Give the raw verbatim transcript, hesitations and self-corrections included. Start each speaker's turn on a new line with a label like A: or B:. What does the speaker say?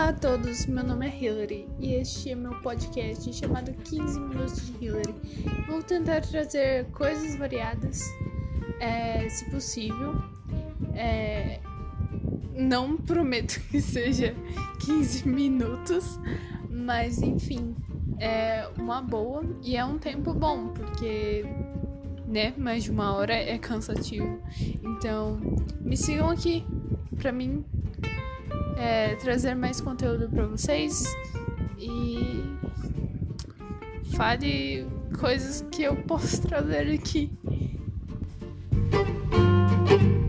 A: Olá a todos, meu nome é Hillary e este é meu podcast chamado quinze Minutos de Hillary. Vou tentar trazer coisas variadas, é, se possível. É, não prometo que seja quinze minutos, mas enfim, é uma boa e é um tempo bom, porque né, mais de uma hora é cansativo. Então, me sigam aqui pra mim É, trazer mais conteúdo para vocês e fale coisas que eu posso trazer aqui.